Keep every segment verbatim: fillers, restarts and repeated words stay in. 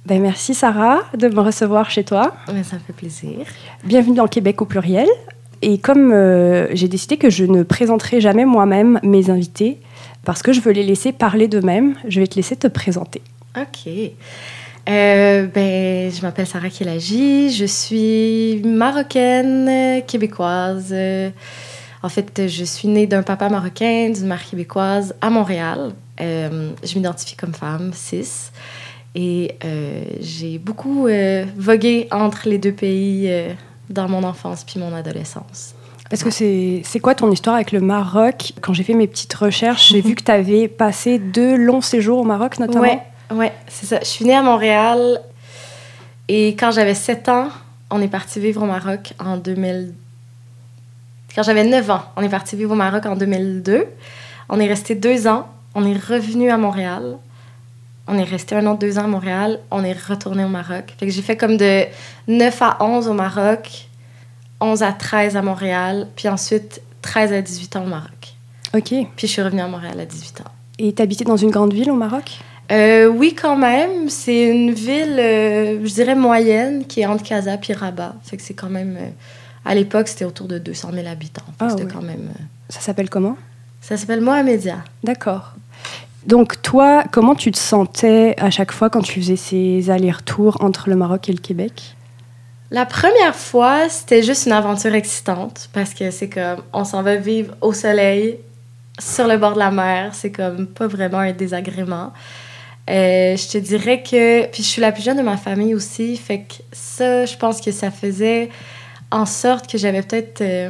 Ben, merci Sarah de me recevoir chez toi. Mais ça me fait plaisir. Bienvenue dans Québec au pluriel. Et comme euh, j'ai décidé que je ne présenterai jamais moi-même mes invités, parce que je veux les laisser parler d'eux-mêmes, je vais te laisser te présenter. OK. Euh, ben, je m'appelle Sarah Kielagi. Je suis marocaine, québécoise. En fait, je suis née d'un papa marocain, d'une mère québécoise à Montréal. Euh, je m'identifie comme femme, cis. Et euh, j'ai beaucoup euh, vogué entre les deux pays euh, dans mon enfance puis mon adolescence. Parce que c'est, c'est quoi ton histoire avec le Maroc? Quand j'ai fait mes petites recherches, j'ai vu que tu avais passé deux longs séjours au Maroc, notamment. Ouais, ouais, c'est ça. Je suis née à Montréal et quand j'avais sept ans, on est parti vivre au Maroc en deux mille. Quand j'avais neuf ans, on est parti vivre au Maroc en deux mille deux. On est resté deux ans. On est revenu à Montréal. On est resté un autre deux ans à Montréal. On est retourné au Maroc. Fait que j'ai fait comme de neuf à onze au Maroc, onze à treize à Montréal, puis ensuite treize à dix-huit ans au Maroc. OK. Puis je suis revenue à Montréal à dix-huit ans. Et t'habitais dans une grande ville au Maroc? Euh, oui, quand même. C'est une ville, euh, je dirais, moyenne, qui est entre Casa et Rabat. Fait que c'est quand même... Euh, à l'époque, c'était autour de deux cent mille habitants. Ah, c'était ouais. quand même... Euh, Ça s'appelle comment? ça s'appelle Mohamedia. D'accord. Donc toi, comment tu te sentais à chaque fois quand tu faisais ces allers-retours entre le Maroc et le Québec? La première fois, c'était juste une aventure excitante parce que c'est comme, on s'en va vivre au soleil, sur le bord de la mer. C'est comme pas vraiment un désagrément. Euh, je te dirais que... Puis je suis la plus jeune de ma famille aussi, fait que ça, je pense que ça faisait en sorte que j'avais peut-être... Euh,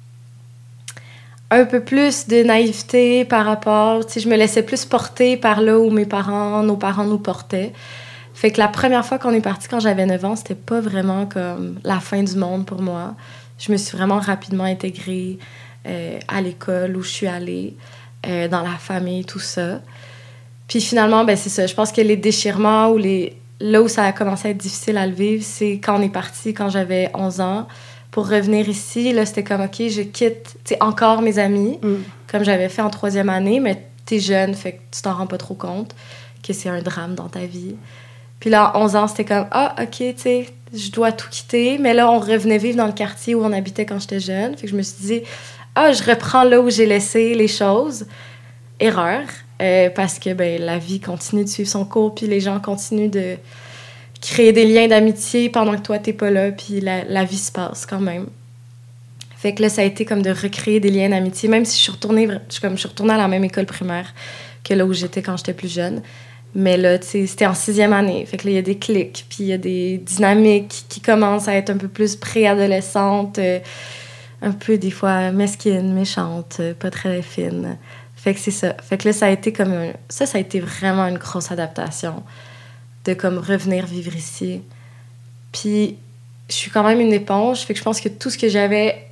un peu plus de naïveté par rapport... Tu sais, je me laissais plus porter par là où mes parents, nos parents nous portaient. Fait que la première fois qu'on est parti, quand j'avais neuf ans, c'était pas vraiment comme la fin du monde pour moi. Je me suis vraiment rapidement intégrée euh, à l'école où je suis allée, euh, dans la famille, tout ça. Puis finalement, ben c'est ça. Je pense que les déchirements ou les... là où ça a commencé à être difficile à le vivre, c'est quand on est parti, quand j'avais onze ans. Pour revenir ici, là, c'était comme, OK, je quitte, tu sais, encore mes amis, mm. comme j'avais fait en troisième année, mais t'es jeune, fait que tu t'en rends pas trop compte que c'est un drame dans ta vie. Puis là, à onze ans, c'était comme, ah, OK, tu sais, je dois tout quitter. Mais là, on revenait vivre dans le quartier où on habitait quand j'étais jeune. Fait que je me suis dit, ah, je reprends là où j'ai laissé les choses. Erreur, euh, parce que, ben, la vie continue de suivre son cours, puis les gens continuent de... créer des liens d'amitié pendant que toi, t'es pas là, puis la, la vie se passe quand même. Fait que là, ça a été comme de recréer des liens d'amitié, même si je suis retournée, je, comme, je suis retournée à la même école primaire que là où j'étais quand j'étais plus jeune. Mais là, tu sais, c'était en sixième année. Fait que là, il y a des clics, puis il y a des dynamiques qui commencent à être un peu plus préadolescentes, euh, un peu, des fois, mesquines, méchantes, euh, pas très fines. Fait que c'est ça. Fait que là, ça a été comme... Un... Ça, ça a été vraiment une grosse adaptation de comme revenir vivre ici. Puis je suis quand même une éponge, fait que je pense que tout ce que j'avais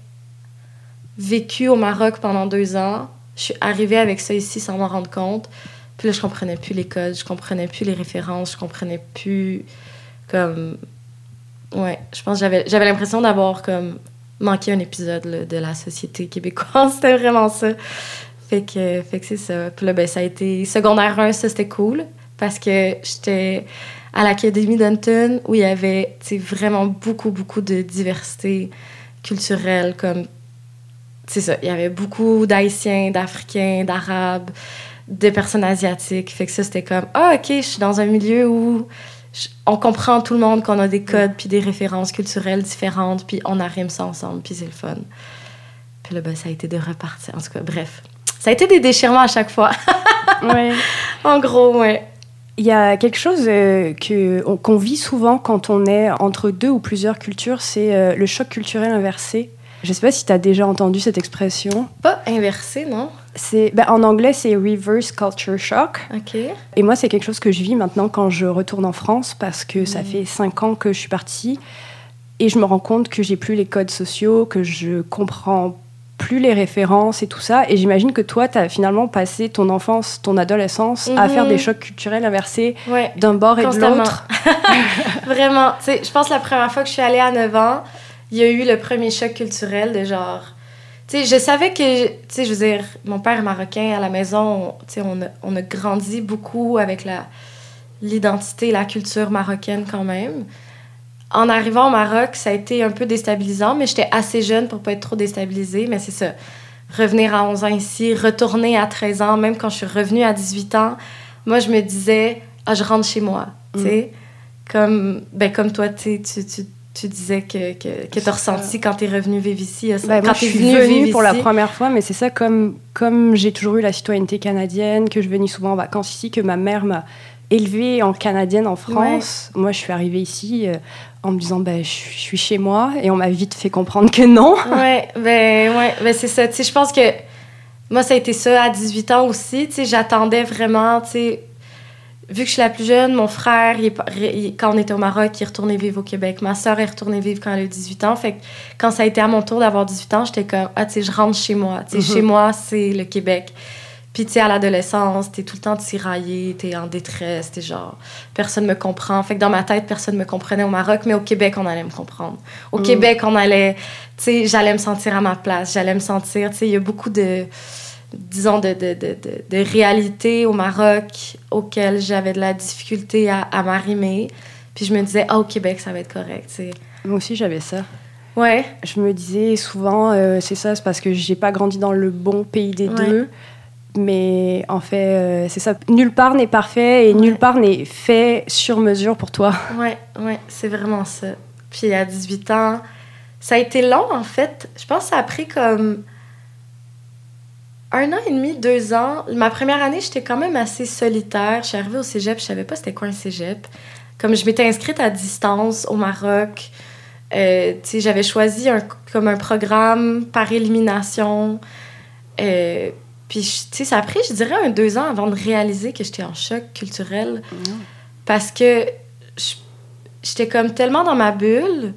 vécu au Maroc pendant deux ans, je suis arrivée avec ça ici sans m'en rendre compte. Puis là, je comprenais plus les codes, je comprenais plus les références, je comprenais plus comme... Ouais, je pense que j'avais, j'avais l'impression d'avoir comme manqué un épisode là, de la société québécoise. C'était vraiment ça. Fait que, fait que c'est ça. Puis là, ben, ça a été... Secondaire un, ça, c'était cool. Parce que j'étais à l'Académie d'Unton où il y avait vraiment beaucoup, beaucoup de diversité culturelle. Comme, c'est ça, il y avait beaucoup d'Haïtiens, d'Africains, d'Arabes, de personnes asiatiques. Fait que ça, c'était comme, ah, OK, je suis dans un milieu où je, on comprend tout le monde qu'on a des codes puis des références culturelles différentes, puis on arrime ça ensemble, puis c'est le fun. Puis là, ben, ça a été de repartir. En tout cas, bref. Ça a été des déchirements à chaque fois. Ouais. En gros, ouais. Il y a quelque chose euh, que, on, qu'on vit souvent quand on est entre deux ou plusieurs cultures, c'est euh, le choc culturel inversé. Je ne sais pas si tu as déjà entendu cette expression. Pas inversé, non? C'est, ben, en anglais, c'est reverse culture shock. OK. Et moi, c'est quelque chose que je vis maintenant quand je retourne en France parce que mmh. ça fait cinq ans que je suis partie et je me rends compte que j'ai plus les codes sociaux, que je comprends plus les références et tout ça. Et j'imagine que toi, tu as finalement passé ton enfance, ton adolescence mm-hmm. à faire des chocs culturels inversés ouais, d'un bord et constamment. de l'autre. Vraiment. Tu sais, je pense que la première fois que je suis allée à neuf ans, il y a eu le premier choc culturel de genre... Tu sais, je savais que... Tu sais, je veux dire, mon père est marocain à la maison. Tu sais, on a, on a grandi beaucoup avec la... l'identité, la culture marocaine quand même. En arrivant au Maroc, ça a été un peu déstabilisant, mais j'étais assez jeune pour pas être trop déstabilisée. Mais c'est ça, revenir à onze ans ici, retourner à treize ans, même quand je suis revenue à dix-huit ans, moi, je me disais, ah, je rentre chez moi, mm. tu sais. Comme, ben, comme toi, tu, tu, tu disais que, que, que tu as ressenti quand tu es revenue vivre ici. Ça, ben, quand moi, tu es venue, venue vivre pour ici. la première fois, mais c'est ça, comme, comme j'ai toujours eu la citoyenneté canadienne, que je venais souvent en vacances ici, que ma mère m'a élevée en canadienne en France. Ouais. Moi, je suis arrivée ici euh, en me disant, ben, je suis chez moi, et on m'a vite fait comprendre que non. Oui, ben, ouais, ben, c'est ça. Tu sais, je pense que moi, ça a été ça à dix-huit ans aussi. Tu sais, j'attendais vraiment, tu sais, vu que je suis la plus jeune, mon frère, il est, il, quand on était au Maroc, il est retourné vivre au Québec. Ma sœur est retournée vivre quand elle a eu dix-huit ans. Fait que quand ça a été à mon tour d'avoir dix-huit ans, j'étais comme, ah, tu sais, je rentre chez moi. Tu sais, mm-hmm. Chez moi, c'est le Québec. Puis, tu sais, à l'adolescence, t'es tout le temps tiraillée, t'es en détresse, t'es genre, personne me comprend. Fait que dans ma tête, personne me comprenait au Maroc, mais au Québec, on allait me comprendre. Au mm. Québec, on allait, tu sais, j'allais me sentir à ma place, j'allais me sentir, tu sais, il y a beaucoup de, disons, de, de, de, de, de réalités au Maroc auxquelles j'avais de la difficulté à, à m'arrimer. Puis je me disais, ah, au Québec, ça va être correct, tu sais. Moi aussi, j'avais ça. Ouais. Je me disais souvent, euh, c'est ça, c'est parce que j'ai pas grandi dans le bon pays des ouais. deux. Mais en fait, euh, c'est ça. Nulle part n'est parfait et ouais. nulle part n'est fait sur mesure pour toi. Ouais, ouais, c'est vraiment ça. Puis à dix-huit ans, ça a été long, en fait. Je pense que ça a pris comme un an et demi, deux ans. Ma première année, j'étais quand même assez solitaire. Je suis arrivée au cégep, je savais pas c'était quoi un cégep. Comme je m'étais inscrite à distance au Maroc, euh, tu sais, j'avais choisi un, comme un programme par élimination. Euh, Puis, tu sais, ça a pris, je dirais, un deux ans avant de réaliser que j'étais en choc culturel. Mmh. Parce que je, j'étais comme tellement dans ma bulle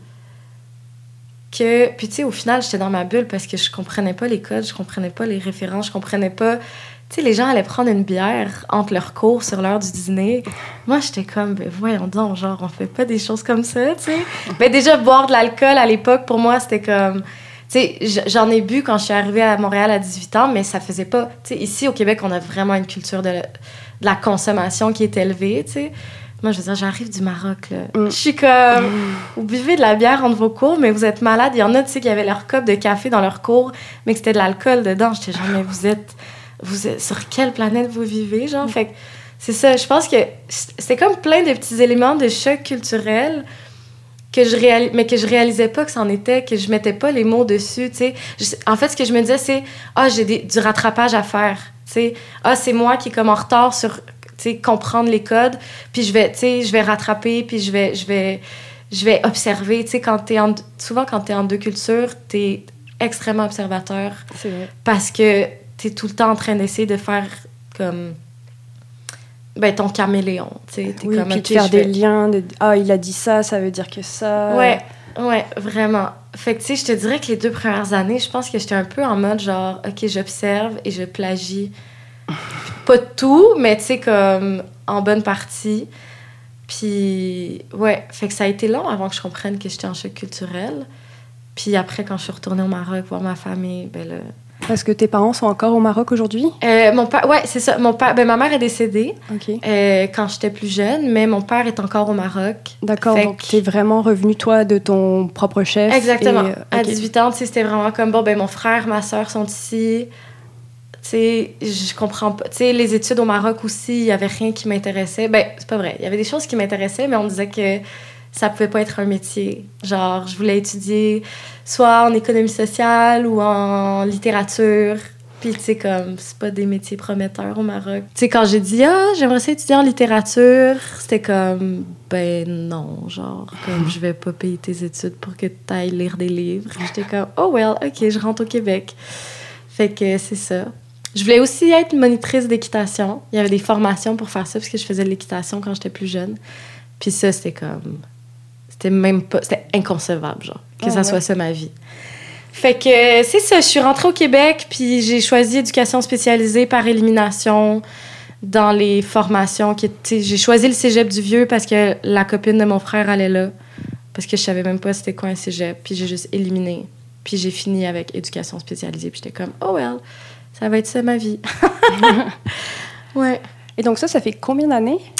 que... Puis, tu sais, au final, j'étais dans ma bulle parce que je comprenais pas les codes, je comprenais pas les références, je comprenais pas... Tu sais, les gens allaient prendre une bière entre leurs cours sur l'heure du dîner. Moi, j'étais comme, ben voyons donc, genre, on fait pas des choses comme ça, tu sais. Ben déjà, boire de l'alcool, à l'époque, pour moi, c'était comme... Tu sais, j'en ai bu quand je suis arrivée à Montréal à dix-huit ans, mais ça faisait pas... Tu sais, ici, au Québec, on a vraiment une culture de, de la consommation qui est élevée, tu sais. Moi, je veux dire, j'arrive du Maroc, là. Mm. Je suis comme... Mm. Vous buvez de la bière entre vos cours, mais vous êtes malade. Il y en a, tu sais, qui avaient leur cup de café dans leur cours, mais que c'était de l'alcool dedans. J'étais genre, mais vous êtes... Vous êtes... Sur quelle planète vous vivez, genre? Mm. Fait que c'est ça. Je pense que c'est comme plein de petits éléments de choc culturel... que je réalis- mais que je réalisais pas que c'en était, que je mettais pas les mots dessus, tu sais. Je- en fait, ce que je me disais, c'est « Ah, j'ai des, du rattrapage à faire, tu sais. Ah, c'est moi qui est comme en retard sur, tu sais, comprendre les codes, puis je vais, tu sais, je vais rattraper, puis je vais, je vais, je vais observer, tu sais, quand t'es en... Souvent, quand t'es en deux cultures, t'es extrêmement observateur. C'est vrai. Parce que t'es tout le temps en train d'essayer de faire comme... Ben, ton caméléon, tu sais. Oui, comme, puis okay, de faire des vais... liens, de « Ah, il a dit ça, ça veut dire que ça... » Ouais, ouais, vraiment. Fait que, tu sais, je te dirais que les deux premières années, je pense que j'étais un peu en mode genre, OK, j'observe et je plagie. Pas tout, mais tu sais, comme en bonne partie. Puis, ouais, fait que ça a été long avant que je comprenne que j'étais en choc culturel. Puis après, quand je suis retournée au Maroc voir ma famille, ben là... Parce que tes parents sont encore au Maroc aujourd'hui? Euh, mon père, ouais, c'est ça. Mon père, ben ma mère est décédée okay. euh, quand j'étais plus jeune, mais mon père est encore au Maroc. D'accord, donc que... t'es vraiment revenue, toi, de ton propre chef. Exactement. Et, euh, à okay. dix-huit ans, tu sais, c'était vraiment comme, bon, ben mon frère, ma sœur sont ici. Tu sais, je comprends pas. Tu sais, les études au Maroc aussi, il y avait rien qui m'intéressait. Ben, c'est pas vrai. Il y avait des choses qui m'intéressaient, mais on me disait que ça pouvait pas être un métier. Genre, je voulais étudier soit en économie sociale ou en littérature. Puis, tu sais, comme, c'est pas des métiers prometteurs au Maroc. Tu sais, quand j'ai dit, ah, j'aimerais ça étudier en littérature, c'était comme, ben non, genre, comme, je vais pas payer tes études pour que t'ailles lire des livres. J'étais comme, oh well, OK, je rentre au Québec. Fait que c'est ça. Je voulais aussi être monitrice d'équitation. Il y avait des formations pour faire ça, parce que je faisais de l'équitation quand j'étais plus jeune. Puis ça, c'était comme... C'était même pas... C'était inconcevable, genre, que oh, ça ouais. soit ça ma vie. Fait que c'est ça, je suis rentrée au Québec, puis j'ai choisi éducation spécialisée par élimination dans les formations. Qui, j'ai choisi le cégep du Vieux parce que la copine de mon frère allait là, parce que je savais même pas c'était quoi un cégep, puis j'ai juste éliminé. Puis j'ai fini avec éducation spécialisée, puis j'étais comme, oh well, ça va être ça ma vie. Ouais. Et donc ça, ça fait combien d'années?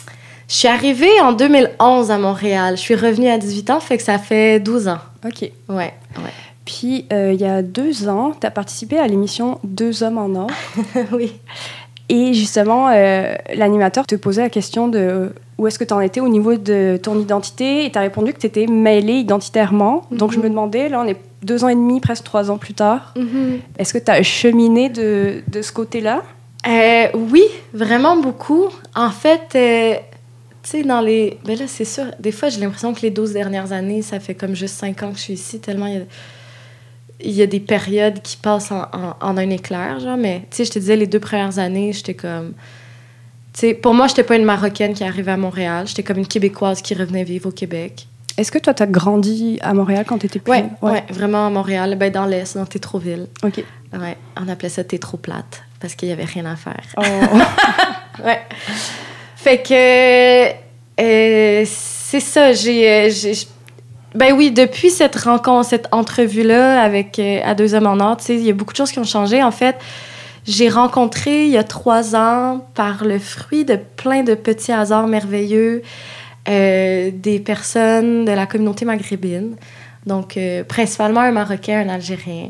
Je suis arrivée en deux mille onze à Montréal. Je suis revenue à dix-huit ans, fait que ça fait douze ans. OK. Ouais, ouais. Puis, euh, il y a deux ans, tu as participé à l'émission Deux hommes en or. Oui. Et justement, euh, l'animateur te posait la question de où est-ce que tu en étais au niveau de ton identité, et tu as répondu que tu étais mêlée identitairement. Mm-hmm. Donc, je me demandais, là, on est deux ans et demi, presque trois ans plus tard. Mm-hmm. Est-ce que tu as cheminé de, de ce côté-là? Euh, oui, vraiment beaucoup. En fait, euh, tu sais, dans les... Ben là, c'est sûr, des fois, j'ai l'impression que les douze dernières années, ça fait comme juste cinq ans que je suis ici, tellement il y a... Il y a des périodes qui passent en, en, en un éclair, genre, mais tu sais, je te disais, les deux premières années, j'étais comme... Tu sais, pour moi, j'étais pas une Marocaine qui arrivait à Montréal, j'étais comme une Québécoise qui revenait vivre au Québec. Est-ce que toi, t'as grandi à Montréal quand t'étais plus ouais, ouais, ouais, vraiment à Montréal, ben dans l'Est, dans Tétroville. OK. Ouais, on appelait ça Tétro-Plate, parce qu'il y avait rien à faire. Oh. Ouais. Fait que... Euh, c'est ça, j'ai... j'ai Ben oui, depuis cette rencontre, cette entrevue-là avec euh, À deux hommes en or, tu sais, il y a beaucoup de choses qui ont changé. En fait, j'ai rencontré il y a trois ans, par le fruit de plein de petits hasards merveilleux, euh, des personnes de la communauté maghrébine. Donc, euh, principalement un Marocain, un Algérien.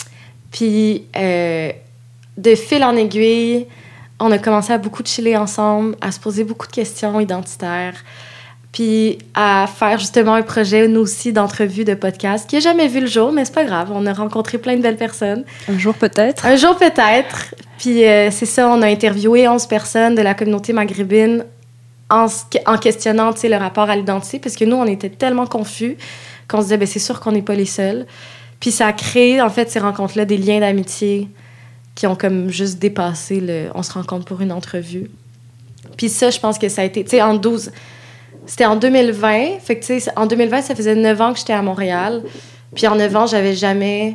Puis, euh, de fil en aiguille, on a commencé à beaucoup chiller ensemble, à se poser beaucoup de questions identitaires, puis à faire justement un projet, nous aussi, d'entrevue de podcast qui n'a jamais vu le jour, mais c'est pas grave. On a rencontré plein de belles personnes. Un jour peut-être. Un jour peut-être. Puis euh, c'est ça, on a interviewé onze personnes de la communauté maghrébine en, en questionnant, tu sais, le rapport à l'identité, parce que nous, on était tellement confus qu'on se disait, ben c'est sûr qu'on n'est pas les seuls. Puis ça a créé, en fait, ces rencontres-là, des liens d'amitié qui ont comme juste dépassé le... On se rencontre pour une entrevue. Puis ça, je pense que ça a été... Tu sais, en douze... C'était en deux mille vingt. Fait que, tu sais, en deux mille vingt, ça faisait neuf ans que j'étais à Montréal. Puis en neuf ans, j'avais jamais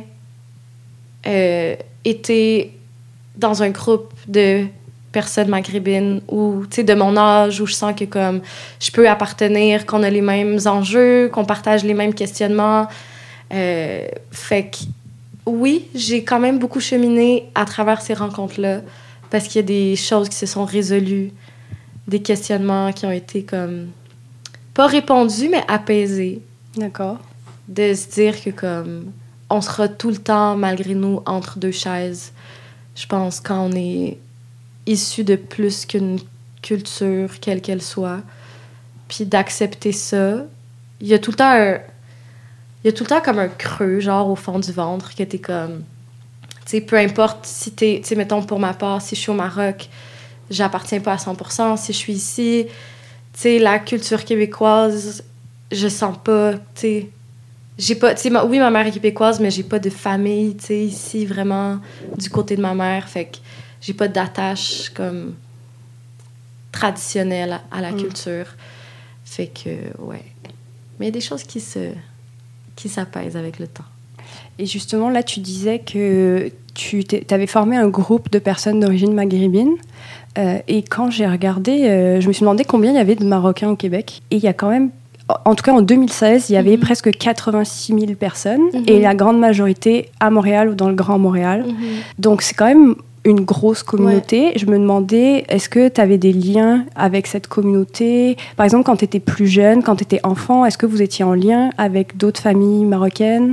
euh, été dans un groupe de personnes maghrébines ou, tu sais, de mon âge, où je sens que, comme, je peux appartenir, qu'on a les mêmes enjeux, qu'on partage les mêmes questionnements. Euh, fait que, oui, j'ai quand même beaucoup cheminé à travers ces rencontres-là parce qu'il y a des choses qui se sont résolues, des questionnements qui ont été, comme... pas répondus, mais apaisés. D'accord. De se dire que, comme, on sera tout le temps, malgré nous, entre deux chaises. Je pense, quand on est issu de plus qu'une culture, quelle qu'elle soit, puis d'accepter ça. Il y a tout le temps un... Il y a tout le temps comme un creux, genre, au fond du ventre, que t'es comme... Tu sais, peu importe si t'es... Tu sais, mettons, pour ma part, si je suis au Maroc, j'appartiens pas à cent pour cent. Si je suis ici... Tu sais, la culture québécoise, je sens pas, tu sais... J'ai pas... Tu sais, oui, ma mère est québécoise, mais j'ai pas de famille, tu sais, ici, vraiment, du côté de ma mère. Fait que j'ai pas d'attache, comme, traditionnelle à la mm. culture. Fait que, ouais. Mais il y a des choses qui se... qui s'apaisent avec le temps. Et justement, là, tu disais que tu avais formé un groupe de personnes d'origine maghrébine. Euh, et quand j'ai regardé, euh, je me suis demandé combien il y avait de Marocains au Québec. Et il y a quand même, en tout cas en deux mille seize, il y avait mm-hmm. presque quatre-vingt-six mille personnes. Mm-hmm. Et la grande majorité à Montréal ou dans le Grand Montréal. Mm-hmm. Donc c'est quand même une grosse communauté. Ouais. Je me demandais, est-ce que tu avais des liens avec cette communauté? Par exemple, quand tu étais plus jeune, quand tu étais enfant, est-ce que vous étiez en lien avec d'autres familles marocaines?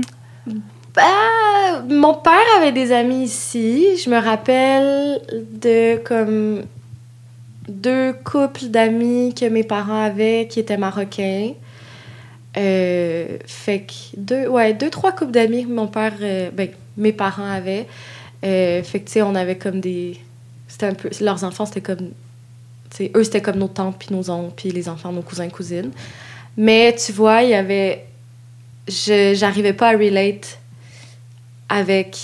Bah, mon père avait des amis ici. Je me rappelle de comme deux couples d'amis que mes parents avaient qui étaient marocains. Euh, fait que deux, ouais, deux, trois couples d'amis que mon père, euh, ben, mes parents avaient. Euh, fait que, tu sais, on avait comme des... C'était un peu... Leurs enfants, c'était comme... Tu sais, eux, c'était comme nos tantes puis nos oncles puis les enfants, nos cousins, cousines. Mais, tu vois, il y avait... Je, j'arrivais pas à relate avec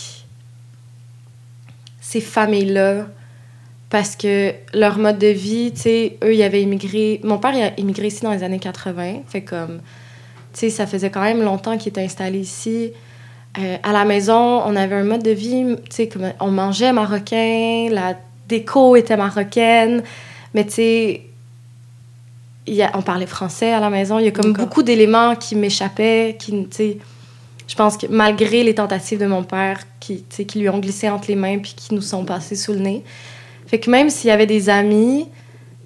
ces familles-là parce que leur mode de vie, tu sais, eux, ils avaient immigré... Mon père, il a immigré ici dans les années quatre-vingts. Fait comme... Tu sais, ça faisait quand même longtemps qu'il était installé ici. Euh, à la maison, on avait un mode de vie, tu sais, comme on mangeait marocain, la déco était marocaine, mais tu sais, on parlait français à la maison. Il y a comme D'accord. beaucoup d'éléments qui m'échappaient, qui, tu sais, je pense que malgré les tentatives de mon père, qui, tu sais, qui lui ont glissé entre les mains puis qui nous sont passés sous le nez. Fait que même s'il y avait des amis,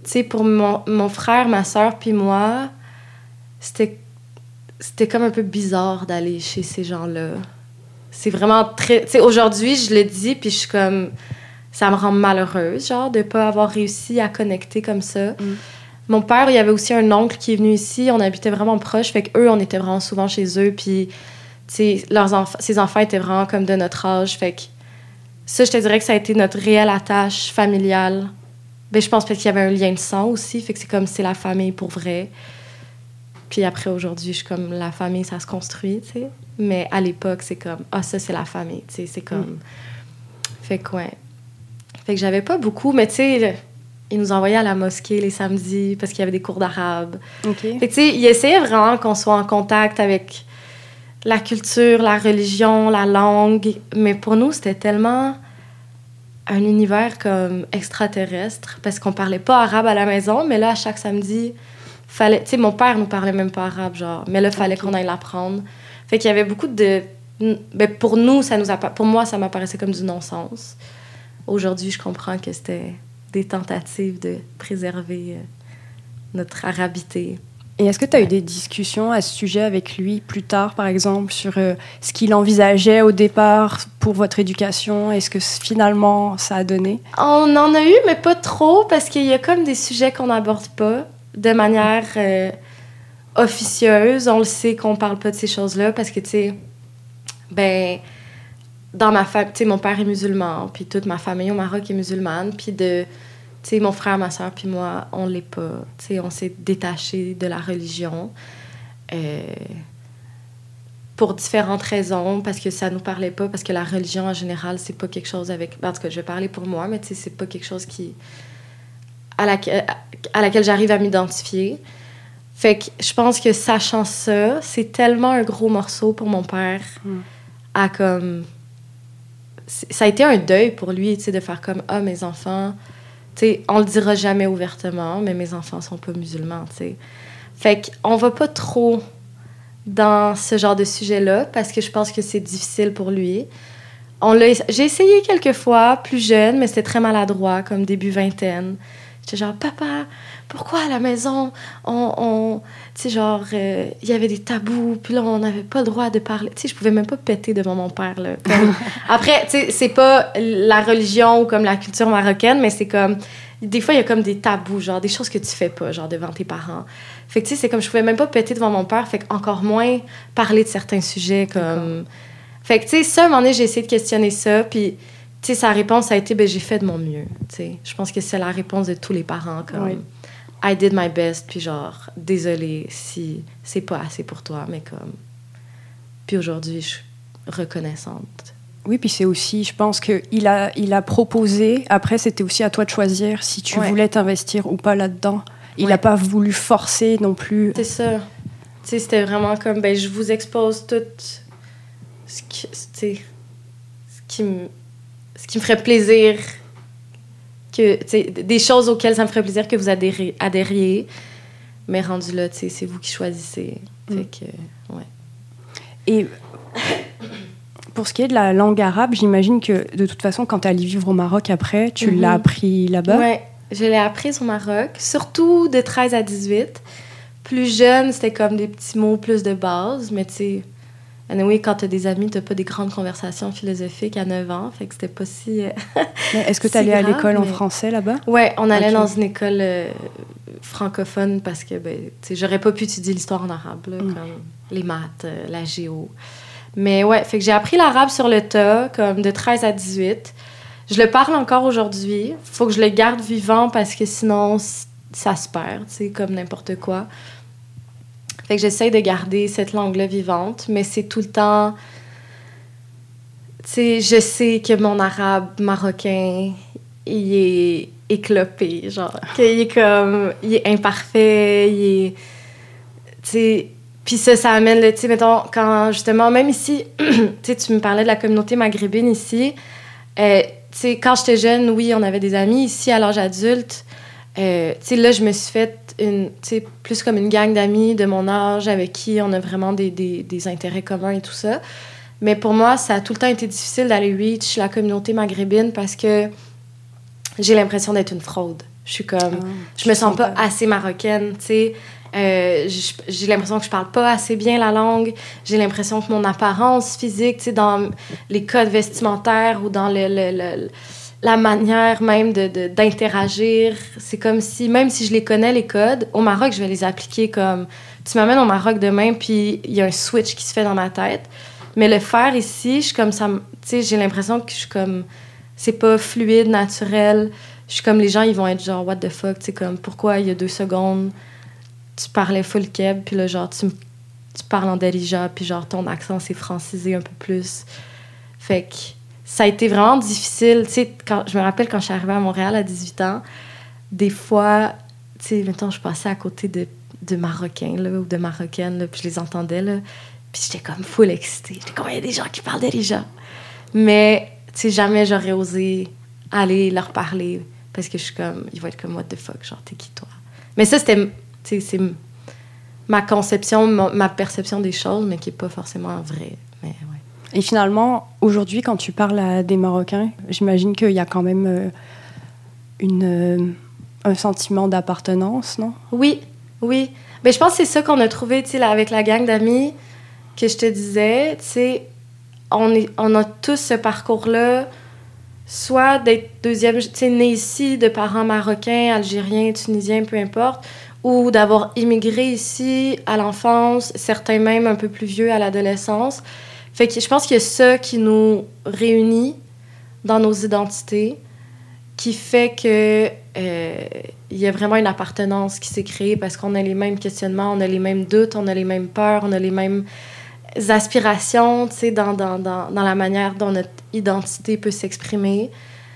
tu sais, pour mon, mon frère, ma sœur, puis moi, c'était, c'était comme un peu bizarre d'aller chez ces gens-là. C'est vraiment très... Tu sais, aujourd'hui, je le dis, puis je suis comme... Ça me rend malheureuse, genre, de pas avoir réussi à connecter comme ça. Mm. Mon père, il y avait aussi un oncle qui est venu ici. On habitait vraiment proche. Fait qu'eux, on était vraiment souvent chez eux. Puis, tu sais, leurs enf- ses enfants étaient vraiment comme de notre âge. Fait que ça, je te dirais que ça a été notre réelle attache familiale. Ben, je pense parce qu'il y avait un lien de sang aussi. Fait que c'est comme c'est la famille pour vrai. Puis après, aujourd'hui, je suis comme la famille, ça se construit, tu sais. Mais à l'époque, c'est comme, ah, ça, c'est la famille, tu sais. C'est comme. Mm. Fait que, ouais. Fait que j'avais pas beaucoup, mais tu sais, ils nous envoyaient à la mosquée les samedis parce qu'il y avait des cours d'arabe. Okay. Fait que tu sais, ils essayaient vraiment qu'on soit en contact avec la culture, la religion, la langue. Mais pour nous, c'était tellement un univers comme extraterrestre parce qu'on parlait pas arabe à la maison, mais là, à chaque samedi, fallait... Tu sais, mon père nous parlait même pas arabe, genre. Mais là, il fallait okay. qu'on aille l'apprendre. Fait qu'il y avait beaucoup de... Ben, pour nous, ça nous appa... pour moi, ça m'apparaissait comme du non-sens. Aujourd'hui, je comprends que c'était des tentatives de préserver euh, notre arabité. Et est-ce que tu as ouais. eu des discussions à ce sujet avec lui plus tard, par exemple, sur euh, ce qu'il envisageait au départ pour votre éducation? Est-ce que finalement, ça a donné? On en a eu, mais pas trop, parce qu'il y a comme des sujets qu'on n'aborde pas de manière euh, officieuse. On le sait qu'on parle pas de ces choses-là, parce que, tu sais, ben... dans ma famille, tu sais, mon père est musulman, puis toute ma famille au Maroc est musulmane, puis de, tu sais, mon frère, ma soeur, puis moi, on l'est pas. Tu sais, on s'est détaché de la religion euh, pour différentes raisons, parce que ça nous parlait pas, parce que la religion, en général, c'est pas quelque chose avec... En tout cas, je vais parler pour moi, mais tu sais, c'est pas quelque chose qui... à laquelle, à laquelle j'arrive à m'identifier. Fait que je pense que sachant ça, c'est tellement un gros morceau pour mon père mm. à comme... ça a été un deuil pour lui, tu sais, de faire comme « Ah, mes enfants... » Tu sais, on le dira jamais ouvertement, mais mes enfants sont pas musulmans, tu sais. Fait qu'on va pas trop dans ce genre de sujet-là, parce que je pense que c'est difficile pour lui. On l'a... J'ai essayé quelques fois, plus jeune, mais c'était très maladroit, comme début vingtaine. J'étais genre « Papa, pourquoi à la maison, on... on... » Tu sais, genre, il euh, y avait des tabous, puis là, on n'avait pas le droit de parler. Tu sais, je pouvais même pas péter devant mon père, là. Comme... Après, tu sais, c'est pas la religion ou comme la culture marocaine, mais c'est comme... Des fois, il y a comme des tabous, genre, des choses que tu fais pas, genre, devant tes parents. Fait que, tu sais, c'est comme, je pouvais même pas péter devant mon père, fait qu'encore moins parler de certains sujets, comme... D'accord. Fait que, tu sais, ça, à un moment donné, j'ai essayé de questionner ça, puis... Tu sais, sa réponse a été, ben j'ai fait de mon mieux, tu sais. Je pense que c'est la réponse de tous les parents, comme... Oui. I did my best, puis genre, désolée si c'est pas assez pour toi, mais comme... Puis aujourd'hui, je suis reconnaissante. Oui, puis c'est aussi, je pense qu'il a, il a proposé, après, c'était aussi à toi de choisir si tu ouais. voulais t'investir ou pas là-dedans. Il n'a ouais. pas voulu forcer non plus. C'est ça. Tu sais, c'était vraiment comme, ben je vous expose tout ce qui, tu sais, ce qui me... ce qui me ferait plaisir, que, des choses auxquelles ça me ferait plaisir que vous adhériez, adhériez mais rendu là, c'est vous qui choisissez. Mm. Fait que, ouais. Et pour ce qui est de la langue arabe, j'imagine que de toute façon, quand tu allais vivre au Maroc après, tu mm-hmm. l'as appris là-bas? Oui, je l'ai appris au Maroc, surtout de treize à dix-huit. Plus jeune, c'était comme des petits mots plus de base, mais tu sais... Anyway, quand t'as des amis, t'as pas des grandes conversations philosophiques à neuf ans, fait que c'était pas si... mais est-ce que t'allais si grave, à l'école mais... en français, là-bas? Ouais, on allait okay. dans une école euh, francophone parce que, ben, tu sais, j'aurais pas pu étudier l'histoire en arabe, là, mm. comme les maths, euh, la géo. Mais ouais, fait que j'ai appris l'arabe sur le tas, comme de treize à dix-huit. Je le parle encore aujourd'hui. Faut que je le garde vivant parce que sinon, ça se perd, tu sais, comme n'importe quoi. Fait que j'essaie de garder cette langue-là vivante, mais c'est tout le temps... Tu sais, je sais que mon arabe marocain, il est éclopé, genre, qu'il est comme... Il est imparfait, il est... Tu sais... Puis ça, ça amène, tu sais, mettons, quand, justement, même ici, tu sais, tu me parlais de la communauté maghrébine ici, euh, tu sais, quand j'étais jeune, oui, on avait des amis. Ici, à l'âge adulte, euh, tu sais, là, je me suis fait une, tu sais, plus comme une gang d'amis de mon âge avec qui on a vraiment des, des, des intérêts communs et tout ça. Mais pour moi, ça a tout le temps été difficile d'aller reach la communauté maghrébine parce que j'ai l'impression d'être une fraude. Je suis comme... Ah, je me sens pas, pas assez marocaine, tu sais. Euh, j'ai l'impression que je parle pas assez bien la langue. J'ai l'impression que mon apparence physique, tu sais, dans les codes vestimentaires ou dans le, le, le, la manière même de, de, d'interagir, c'est comme si, même si je les connais, les codes, au Maroc, je vais les appliquer comme... Tu m'amènes au Maroc demain, puis il y a un switch qui se fait dans ma tête. Mais le faire ici, je suis comme ça... Tu sais, j'ai l'impression que je suis comme... C'est pas fluide, naturel. Je suis comme, les gens, ils vont être genre, what the fuck, tu sais, comme, pourquoi il y a deux secondes... tu parlais full keb, puis là, genre, tu, tu parles en darija, puis genre, ton accent s'est francisé un peu plus. Fait que ça a été vraiment difficile. Tu sais, quand, je me rappelle quand je suis arrivée à Montréal à dix-huit ans, des fois, tu sais, mettons, je passais à côté de, de Marocains, là, ou de Marocaines, là, puis je les entendais, là, puis j'étais comme full excitée. J'étais comme, il y a des gens qui parlent darija. Mais, tu sais, jamais j'aurais osé aller leur parler, parce que je suis comme, ils vont être comme, what the fuck, genre, t'es qui, toi? Mais ça, c'était... T'sais, c'est ma conception, ma, ma perception des choses, mais qui n'est pas forcément vraie. Mais, ouais. Et finalement, aujourd'hui, quand tu parles à des Marocains, j'imagine qu'il y a quand même euh, une, euh, un sentiment d'appartenance, non? Oui, oui. Mais je pense que c'est ça qu'on a trouvé là, avec la gang d'amis que je te disais. On, est, on a tous ce parcours-là, soit d'être deuxième, né ici, de parents marocains, algériens, tunisiens, peu importe, ou d'avoir immigré ici à l'enfance, certains même un peu plus vieux à l'adolescence. Fait que je pense qu'il y a ça qui nous réunit dans nos identités, qui fait que euh, il y a vraiment une appartenance qui s'est créée parce qu'on a les mêmes questionnements, on a les mêmes doutes, on a les mêmes peurs, on a les mêmes aspirations, tu sais, dans, dans, dans, dans la manière dont notre identité peut s'exprimer.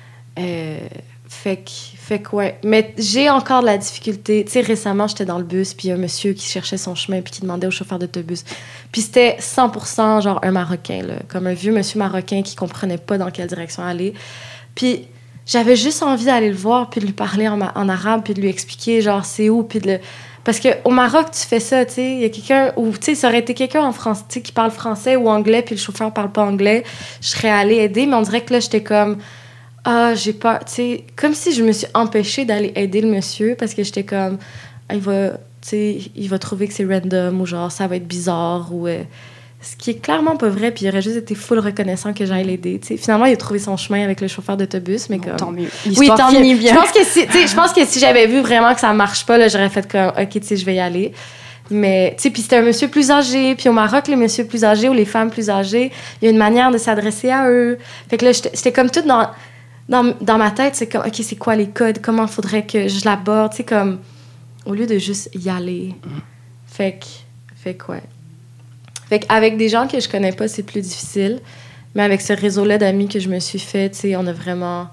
Euh, fait que, fait que, ouais. Mais j'ai encore de la difficulté. Tu sais, récemment, j'étais dans le bus, puis il y a un monsieur qui cherchait son chemin, puis qui demandait au chauffeur d'autobus. Puis c'était cent pour cent genre un Marocain, là, comme un vieux monsieur marocain qui comprenait pas dans quelle direction aller. Puis j'avais juste envie d'aller le voir, puis de lui parler en, en arabe, puis de lui expliquer, genre, c'est où, puis de le... Parce qu'au Maroc, tu fais ça, tu sais, il y a quelqu'un, ou tu sais, ça aurait été quelqu'un en France, tu sais, qui parle français ou anglais, puis le chauffeur parle pas anglais, je serais allée aider, mais on dirait que là, j'étais comme, ah, j'ai peur, tu sais, comme si je me suis empêchée d'aller aider le monsieur, parce que j'étais comme, ah, il va, tu sais, il va trouver que c'est random, ou genre, ça va être bizarre, ou... Euh, ce qui est clairement pas vrai, puis il aurait juste été full reconnaissant que j'aille l'aider. T'sais. Finalement, il a trouvé son chemin avec le chauffeur d'autobus, mais bon, comme... Tant mieux. Oui, tant mieux. Bien. Je pense que si, je pense que si j'avais vu vraiment que ça marche pas, là, j'aurais fait comme, OK, tu sais, je vais y aller. Mais, tu sais, puis c'était un monsieur plus âgé, puis au Maroc, les messieurs plus âgés ou les femmes plus âgées, il y a une manière de s'adresser à eux. Fait que là, j'étais comme toute dans, dans, dans ma tête, c'est comme, OK, c'est quoi les codes? Comment il faudrait que je l'aborde? Tu sais, comme, au lieu de juste y aller. Mm. Fait que, fait que, ouais. Fait qu'avec des gens que je connais pas, c'est plus difficile. Mais avec ce réseau-là d'amis que je me suis fait, tu sais, on a vraiment...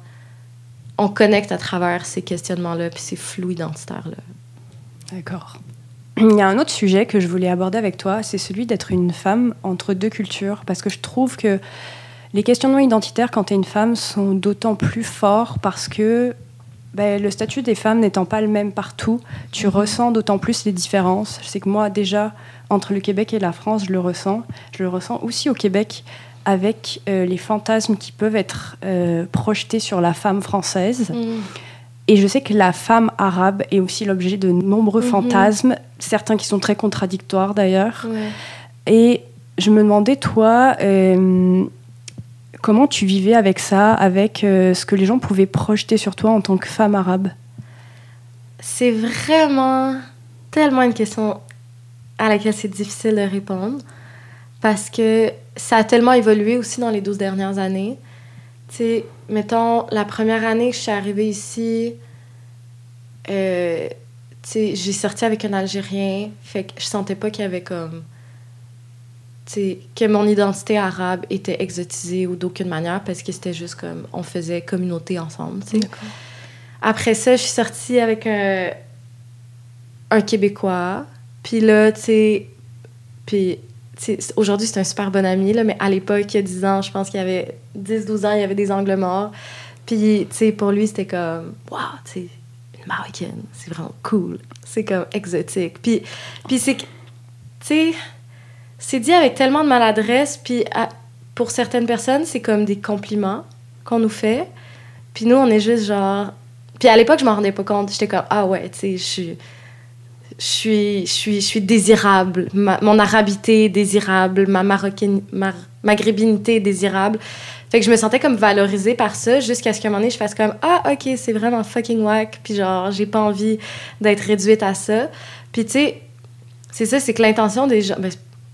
On connecte à travers ces questionnements-là puis ces flous identitaires-là. D'accord. Il y a un autre sujet que je voulais aborder avec toi, c'est celui d'être une femme entre deux cultures. Parce que je trouve que les questionnements identitaires, quand tu es une femme, sont d'autant plus forts parce que ben, le statut des femmes n'étant pas le même partout, tu mmh. ressens d'autant plus les différences. Je sais que moi, déjà... Entre le Québec et la France, je le ressens. Je le ressens aussi au Québec avec euh, les fantasmes qui peuvent être euh, projetés sur la femme française. Mmh. Et je sais que la femme arabe est aussi l'objet de nombreux mmh. fantasmes, certains qui sont très contradictoires d'ailleurs. Ouais. Et je me demandais, toi, euh, comment tu vivais avec ça, avec euh, ce que les gens pouvaient projeter sur toi en tant que femme arabe? C'est vraiment tellement une question... à laquelle c'est difficile de répondre parce que ça a tellement évolué aussi dans les douze dernières années. Tu sais, mettons, la première année que je suis arrivée ici, euh, tu sais, j'ai sorti avec un Algérien, fait que je sentais pas qu'il y avait comme... Tu sais, que mon identité arabe était exotisée ou d'aucune manière parce que c'était juste comme... On faisait communauté ensemble, tu sais. D'accord. Après ça, je suis sortie avec un, un Québécois. Puis là, tu sais, puis aujourd'hui, c'est un super bon ami, là, mais à l'époque, il y a dix ans, je pense qu'il y avait dix douze ans, il y avait des angles morts. Puis, tu sais, pour lui, c'était comme, waouh, tu sais, une Marocaine, c'est vraiment cool. C'est comme exotique. Puis, puis c'est, tu sais, c'est dit avec tellement de maladresse, puis à, pour certaines personnes, c'est comme des compliments qu'on nous fait. Puis nous, on est juste genre, Puis à l'époque, je m'en rendais pas compte. J'étais comme, ah ouais, tu sais, je suis... Je suis, je suis, je suis désirable. Ma, mon arabité est désirable. Ma marocaine, ma, maghrébinité est désirable. Fait que je me sentais comme valorisée par ça jusqu'à ce qu'à un moment donné, je fasse comme « Ah, OK, c'est vraiment fucking whack. » Puis genre, j'ai pas envie d'être réduite à ça. Puis tu sais, c'est ça, c'est que l'intention des gens... Ben,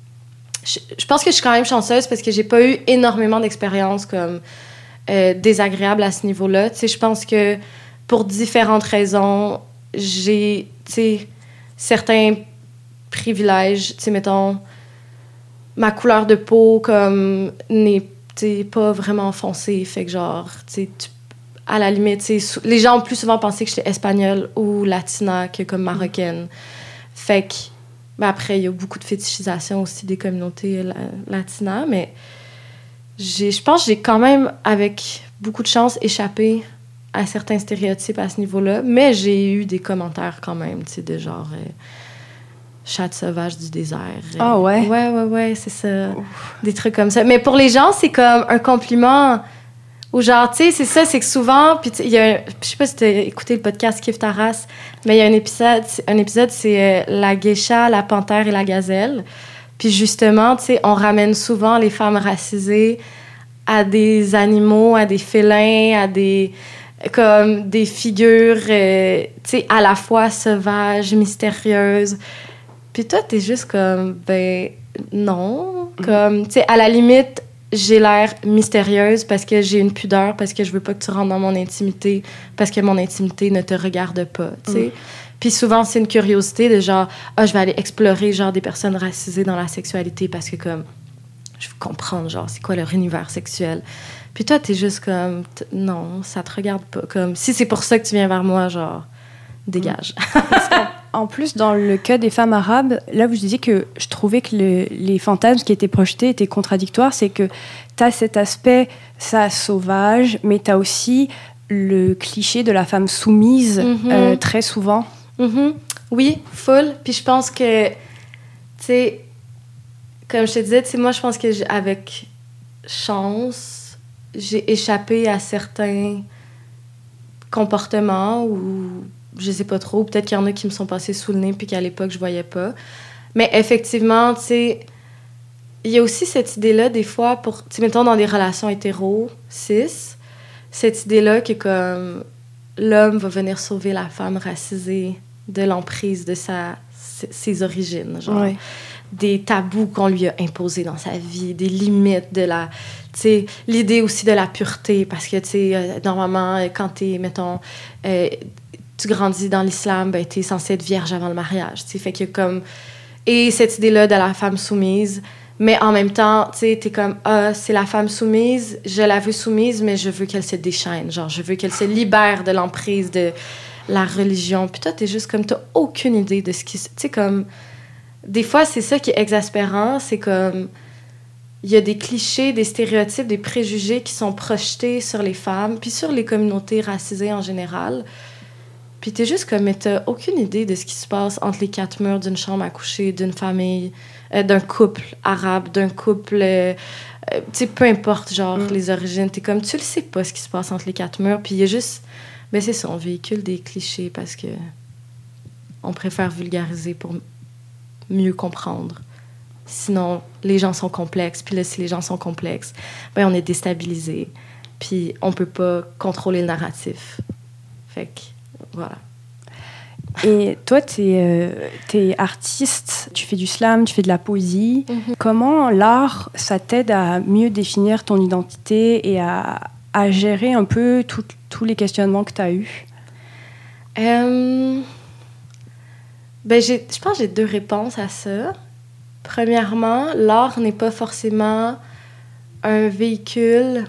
je, je pense que je suis quand même chanceuse parce que j'ai pas eu énormément d'expériences comme euh, désagréables à ce niveau-là. Tu sais, je pense que pour différentes raisons, j'ai, tu sais... certains privilèges, tu sais, mettons, ma couleur de peau, comme, n'est, tu sais, pas vraiment foncée, fait que, genre, tu sais, à la limite, tu sais, les gens ont plus souvent pensé que j'étais espagnole ou latina que comme marocaine. Fait que, ben après, il y a beaucoup de fétichisation aussi des communautés la, latinas, mais j'ai, je pense que j'ai quand même, avec beaucoup de chance, échappé à certains stéréotypes à ce niveau-là, mais j'ai eu des commentaires quand même, tu sais, de genre euh, chatte sauvage du désert. Ah oh, ouais? Ouais, ouais, ouais, c'est ça. Ouf. Des trucs comme ça. Mais pour les gens, c'est comme un compliment ou genre, tu sais, c'est ça, c'est que souvent, puis il y a, un, je sais pas si tu as écouté le podcast Kiffe ta race, mais il y a un épisode, un épisode, c'est euh, la geisha, la panthère et la gazelle. Puis justement, tu sais, on ramène souvent les femmes racisées à des animaux, à des félins, à des... comme des figures, euh, tu sais, à la fois sauvages, mystérieuses. Puis toi, t'es juste comme, ben, non. Mm. Comme, tu sais, à la limite, j'ai l'air mystérieuse parce que j'ai une pudeur, parce que je veux pas que tu rentres dans mon intimité, parce que mon intimité ne te regarde pas, tu sais. Mm. Puis souvent, c'est une curiosité de genre, ah, je vais aller explorer, genre, des personnes racisées dans la sexualité parce que, comme, je veux comprendre, genre, c'est quoi leur univers sexuel. Puis toi, t'es juste comme... T- non, ça te regarde pas. Comme, si c'est pour ça que tu viens vers moi, genre, dégage. En plus, dans le cas des femmes arabes, là, vous disiez que je trouvais que le, les fantasmes qui étaient projetés étaient contradictoires. C'est que t'as cet aspect, ça, sauvage, mais t'as aussi le cliché de la femme soumise, mm-hmm. euh, très souvent. Mm-hmm. Oui, full. Puis je pense que, tu sais, comme je te disais, tu sais, moi, je pense que avec chance... j'ai échappé à certains comportements ou je sais pas trop, peut-être qu'il y en a qui me sont passés sous le nez puis qu'à l'époque je voyais pas. Mais effectivement, tu sais, il y a aussi cette idée-là des fois pour, tu sais, mettons dans des relations hétéro, cis, cette idée-là que comme l'homme va venir sauver la femme racisée de l'emprise de sa ses origines, genre. Ouais. Des tabous qu'on lui a imposés dans sa vie, des limites de la... Tu sais, l'idée aussi de la pureté, parce que, tu sais, euh, normalement, quand t'es, mettons, euh, tu grandis dans l'islam, ben, t'es censée être vierge avant le mariage, tu sais, fait que comme... Et cette idée-là de la femme soumise, mais en même temps, tu sais, t'es comme, ah, c'est la femme soumise, je la veux soumise, mais je veux qu'elle se déchaîne, genre, je veux qu'elle se libère de l'emprise de la religion. Puis toi, t'es juste comme, t'as aucune idée de ce qui... Tu sais, comme... Des fois, c'est ça qui est exaspérant, c'est comme... Il y a des clichés, des stéréotypes, des préjugés qui sont projetés sur les femmes, puis sur les communautés racisées en général. Puis t'es juste comme, mais t'as aucune idée de ce qui se passe entre les quatre murs d'une chambre à coucher, d'une famille, euh, d'un couple arabe, d'un couple... Euh, euh, tu sais, peu importe, genre, mm. les origines. T'es comme, tu le sais pas ce qui se passe entre les quatre murs, puis il y a juste... Ben c'est ça, on véhicule des clichés parce que on préfère vulgariser pour mieux comprendre. Sinon, les gens sont complexes. Puis là, si les gens sont complexes, ben on est déstabilisé. Puis on peut pas contrôler le narratif. Fait que, voilà. Et toi, tu es euh, artiste, tu fais du slam, tu fais de la poésie. Mm-hmm. Comment l'art, ça t'aide à mieux définir ton identité et à, à gérer un peu tous les questionnements que tu as eus? Euh... Ben, j'ai, je pense que j'ai deux réponses à ça. Premièrement, l'art n'est pas forcément un véhicule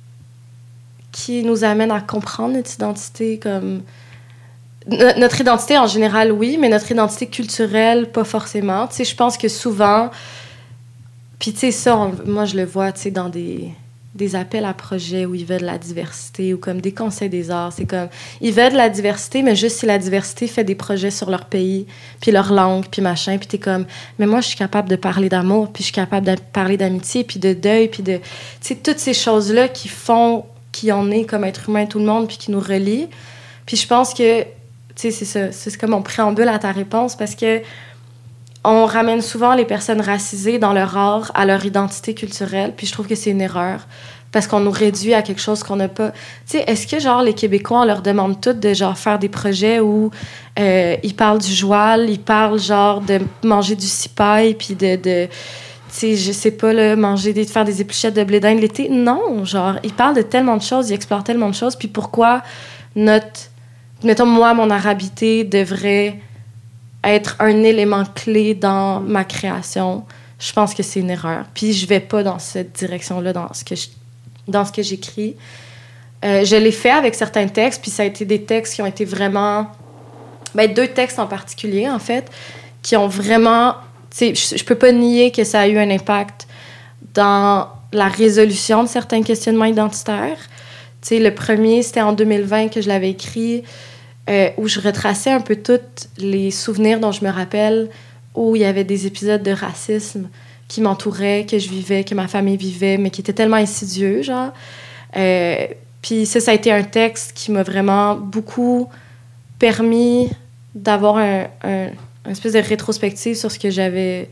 qui nous amène à comprendre notre identité comme... Notre identité en général, oui, mais notre identité culturelle, pas forcément. Tu sais, je pense que souvent... Puis, tu sais, ça, on, moi, je le vois, tu sais, dans des... des appels à projets où ils veulent de la diversité ou comme des conseils des arts. C'est comme, ils veulent de la diversité, mais juste si la diversité fait des projets sur leur pays, puis leur langue, puis machin, puis t'es comme, mais moi, je suis capable de parler d'amour, puis je suis capable de parler d'amitié, puis de deuil, puis de... Tu sais, toutes ces choses-là qui font qui on est comme être humain, tout le monde, puis qui nous relient. Puis je pense que, tu sais, c'est ça, c'est comme mon préambule à ta réponse, parce que on ramène souvent les personnes racisées dans leur art à leur identité culturelle, puis je trouve que c'est une erreur, parce qu'on nous réduit à quelque chose qu'on n'a pas. Tu sais, est-ce que, genre, les Québécois, on leur demande toutes de, genre, faire des projets où euh, ils parlent du joual, ils parlent, genre, de manger du cipaille, puis de... de tu sais, je sais pas, là, manger des, faire des épluchettes de blé d'Inde l'été? Non, genre, ils parlent de tellement de choses, ils explorent tellement de choses, puis pourquoi notre... Mettons, moi, mon arabité devrait être un élément clé dans ma création? Je pense que c'est une erreur. Puis je vais pas dans cette direction-là, dans ce que je, dans ce que j'écris. Euh, je l'ai fait avec certains textes, puis ça a été des textes qui ont été vraiment... Ben, deux textes en particulier, en fait, qui ont vraiment... Tu sais, je, je peux pas nier que ça a eu un impact dans la résolution de certains questionnements identitaires. Tu sais, le premier, c'était en deux mille vingt que je l'avais écrit, euh, où je retraçais un peu tous les souvenirs dont je me rappelle, où il y avait des épisodes de racisme qui m'entouraient, que je vivais, que ma famille vivait, mais qui étaient tellement insidieux, genre. Euh, puis ça, ça a été un texte qui m'a vraiment beaucoup permis d'avoir un, un, une espèce de rétrospective sur ce que j'avais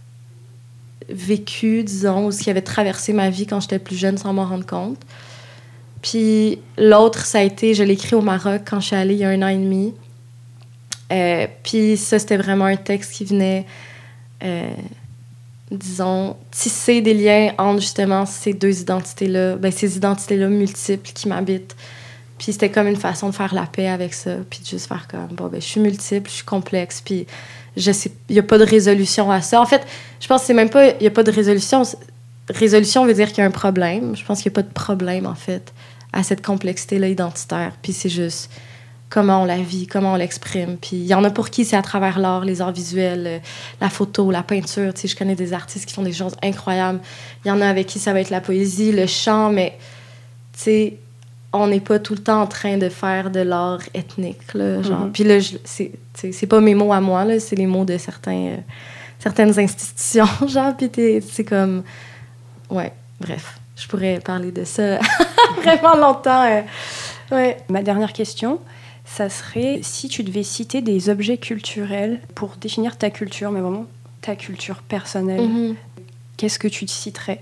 vécu, disons, ou ce qui avait traversé ma vie quand j'étais plus jeune sans m'en rendre compte. Puis l'autre, ça a été, je l'ai écrit au Maroc quand je suis allée il y a un an et demi. Euh, puis ça, c'était vraiment un texte qui venait, euh, disons, tisser des liens entre justement ces deux identités-là, ben, ces identités-là multiples qui m'habitent. Puis c'était comme une façon de faire la paix avec ça, puis de juste faire comme, bon, ben, je suis multiple, je suis complexe, puis je sais, il n'y a pas de résolution à ça. En fait, je pense que c'est même pas, il n'y a pas de résolution. Résolution veut dire qu'il y a un problème. Je pense qu'il n'y a pas de problème, en fait, à cette complexité-là identitaire. Puis c'est juste comment on la vit, comment on l'exprime. Puis il y en a pour qui c'est à travers l'art, les arts visuels, la photo, la peinture. Tu sais, je connais des artistes qui font des choses incroyables. Il y en a avec qui ça va être la poésie, le chant, mais tu sais, on n'est pas tout le temps en train de faire de l'art ethnique, là, genre. Mm-hmm. Puis là, je, c'est, c'est pas mes mots à moi, là, c'est les mots de certains, euh, certaines institutions, genre. Puis c'est comme... Ouais, bref. Je pourrais parler de ça vraiment longtemps. Euh. Ouais. Ma dernière question, ça serait si tu devais citer des objets culturels pour définir ta culture, mais vraiment ta culture personnelle, mm-hmm. qu'est-ce que tu citerais?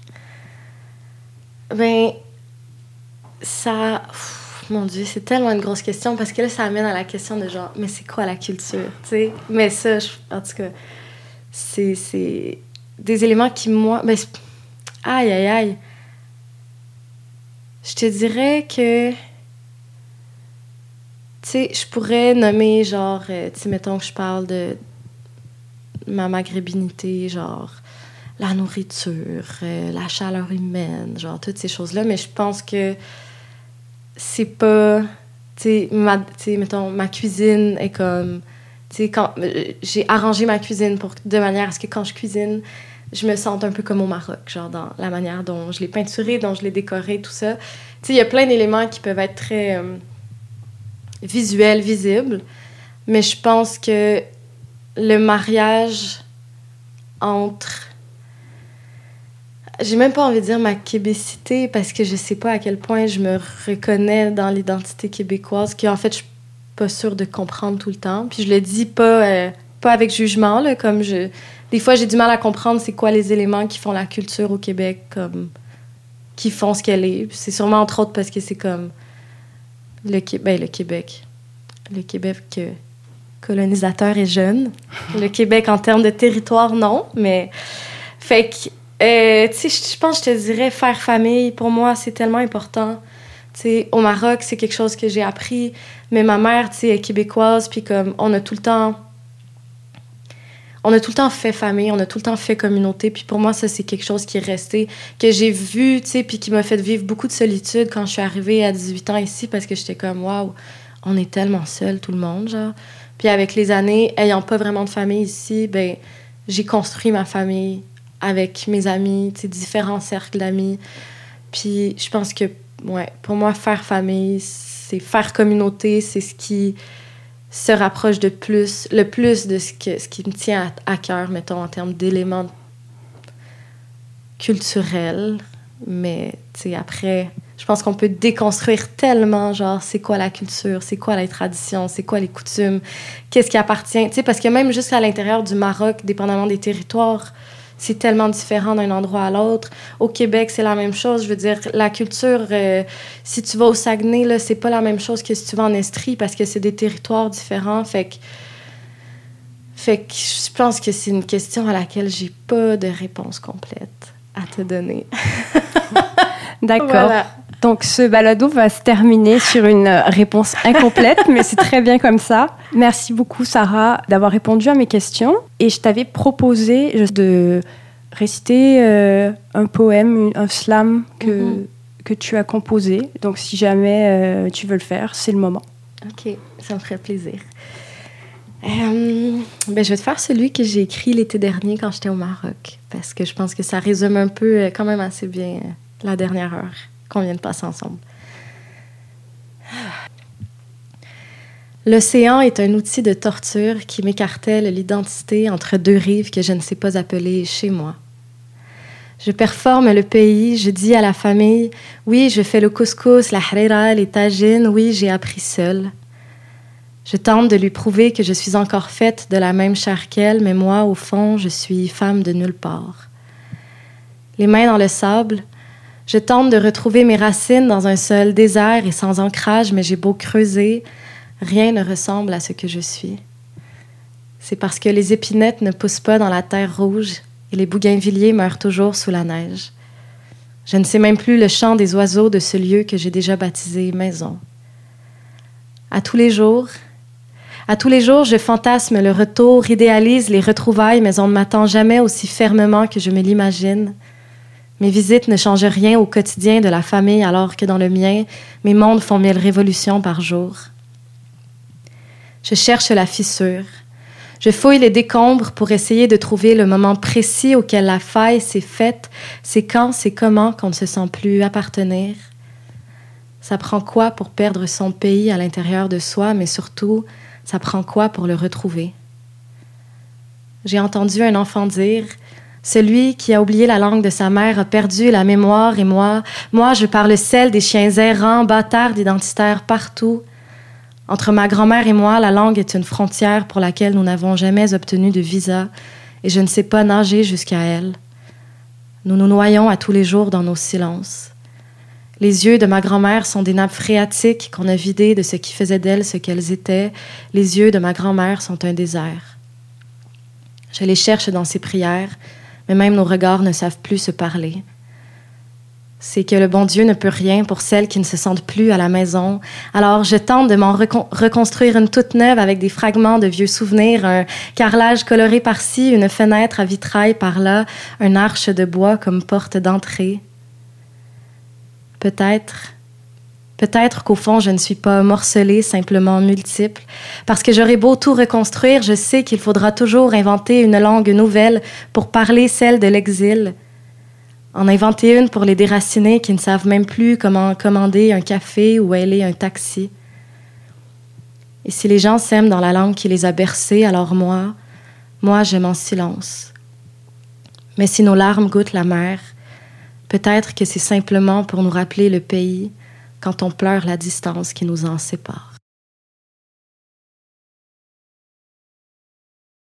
Ben, ça... Pff, mon Dieu, c'est tellement une grosse question parce que là, ça amène à la question de genre, mais c'est quoi la culture, tu sais? Mais ça, je, en tout cas, c'est, c'est des éléments qui, moi... Ben, aïe, aïe, aïe. Je te dirais que... Tu sais, je pourrais nommer, genre... Euh, tu sais, mettons que je parle de ma maghrébinité, genre... La nourriture, euh, la chaleur humaine, genre, toutes ces choses-là. Mais je pense que c'est pas... Tu sais, ma, tu sais, mettons, ma cuisine est comme... Tu sais, quand... Euh, j'ai arrangé ma cuisine pour, de manière à ce que quand je cuisine... je me sens un peu comme au Maroc, genre dans la manière dont je l'ai peinturé, dont je l'ai décoré, tout ça. Tu sais, il y a plein d'éléments qui peuvent être très euh, visuels, visibles, mais je pense que le mariage entre... J'ai même pas envie de dire ma québécité, parce que je sais pas à quel point je me reconnais dans l'identité québécoise, qu'en fait, je suis pas sûre de comprendre tout le temps. Puis je le dis pas, euh, pas avec jugement, là, comme je... Des fois, j'ai du mal à comprendre c'est quoi les éléments qui font la culture au Québec, comme qui font ce qu'elle est. C'est sûrement entre autres parce que c'est comme le, Qué- ben, le Québec. Le Québec euh, colonisateur et jeune. Le Québec en termes de territoire, non. Mais fait que, euh, tu sais, je pense que je te dirais faire famille. Pour moi, c'est tellement important. Tu sais, au Maroc, c'est quelque chose que j'ai appris. Mais ma mère, tu sais, est québécoise. Puis comme, on a tout le temps... On a tout le temps fait famille, on a tout le temps fait communauté. Puis pour moi, ça, c'est quelque chose qui est resté, que j'ai vu, tu sais, puis qui m'a fait vivre beaucoup de solitude quand je suis arrivée à dix-huit ans ici, parce que j'étais comme, waouh, on est tellement seuls, tout le monde, genre. Puis avec les années, ayant pas vraiment de famille ici, ben j'ai construit ma famille avec mes amis, tu sais, différents cercles d'amis. Puis je pense que, ouais, pour moi, faire famille, c'est faire communauté, c'est ce qui... se rapproche de plus, le plus de ce, que, ce qui me tient à, à cœur, mettons, en termes d'éléments culturels. Mais, tu sais, après, Je pense qu'on peut déconstruire tellement, genre, c'est quoi la culture, c'est quoi les traditions, c'est quoi les coutumes, qu'est-ce qui appartient. Tu sais, parce que même juste à l'intérieur du Maroc, dépendamment des territoires, c'est tellement différent d'un endroit à l'autre. Au Québec, c'est la même chose. Je veux dire, la culture, euh, si tu vas au Saguenay, là, c'est pas la même chose que si tu vas en Estrie parce que c'est des territoires différents. Fait que, fait que je pense que c'est une question à laquelle j'ai pas de réponse complète à te donner. D'accord. Voilà. Donc, ce balado va se terminer sur une réponse incomplète, mais c'est très bien comme ça. Merci beaucoup, Sarah, d'avoir répondu à mes questions. Et je t'avais proposé de réciter euh, un poème, un slam que, mm-hmm. que tu as composé. Donc, si jamais euh, tu veux le faire, c'est le moment. OK, ça me ferait plaisir. Euh, ben, je vais te faire celui que j'ai écrit l'été dernier quand j'étais au Maroc, parce que je pense que ça résume un peu, quand même assez bien, la dernière heure qu'on vient de passer ensemble. L'océan est un outil de torture qui m'écartèle l'identité entre deux rives que je ne sais pas appeler chez moi. Je performe le pays, je dis à la famille, oui, je fais le couscous, la harira, les tagines, oui, j'ai appris seule. Je tente de lui prouver que je suis encore faite de la même chair qu'elle, mais moi, au fond, je suis femme de nulle part. Les mains dans le sable, je tente de retrouver mes racines dans un sol désert et sans ancrage, mais j'ai beau creuser, rien ne ressemble à ce que je suis. C'est parce que les épinettes ne poussent pas dans la terre rouge et les bougainvilliers meurent toujours sous la neige. Je ne sais même plus le chant des oiseaux de ce lieu que j'ai déjà baptisé maison. À tous les jours, à tous les jours, je fantasme le retour, idéalise les retrouvailles, mais on ne m'attend jamais aussi fermement que je me l'imagine. Mes visites ne changent rien au quotidien de la famille, alors que dans le mien, mes mondes font mille révolutions par jour. Je cherche la fissure. Je fouille les décombres pour essayer de trouver le moment précis auquel la faille s'est faite. C'est quand, c'est comment qu'on ne se sent plus appartenir. Ça prend quoi pour perdre son pays à l'intérieur de soi, mais surtout, ça prend quoi pour le retrouver? J'ai entendu un enfant dire... Celui qui a oublié la langue de sa mère a perdu la mémoire et moi, moi, je parle celle des chiens errants, bâtards identitaires partout. Entre ma grand-mère et moi, la langue est une frontière pour laquelle nous n'avons jamais obtenu de visa et je ne sais pas nager jusqu'à elle. Nous nous noyons à tous les jours dans nos silences. Les yeux de ma grand-mère sont des nappes phréatiques qu'on a vidées de ce qui faisait d'elles ce qu'elles étaient. Les yeux de ma grand-mère sont un désert. Je les cherche dans ses prières, mais même nos regards ne savent plus se parler. C'est que le bon Dieu ne peut rien pour celles qui ne se sentent plus à la maison. Alors je tente de m'en recon- reconstruire une toute neuve avec des fragments de vieux souvenirs, un carrelage coloré par-ci, une fenêtre à vitrail par-là, un arche de bois comme porte d'entrée. Peut-être... Peut-être qu'au fond, je ne suis pas morcelée, simplement multiple. Parce que j'aurais beau tout reconstruire, je sais qu'il faudra toujours inventer une langue nouvelle pour parler celle de l'exil. En inventer une pour les déracinés qui ne savent même plus comment commander un café ou hailer un taxi. Et si les gens s'aiment dans la langue qui les a bercés, alors moi, moi j'aime en silence. Mais si nos larmes goûtent la mer, peut-être que c'est simplement pour nous rappeler le pays quand on pleure la distance qui nous en sépare.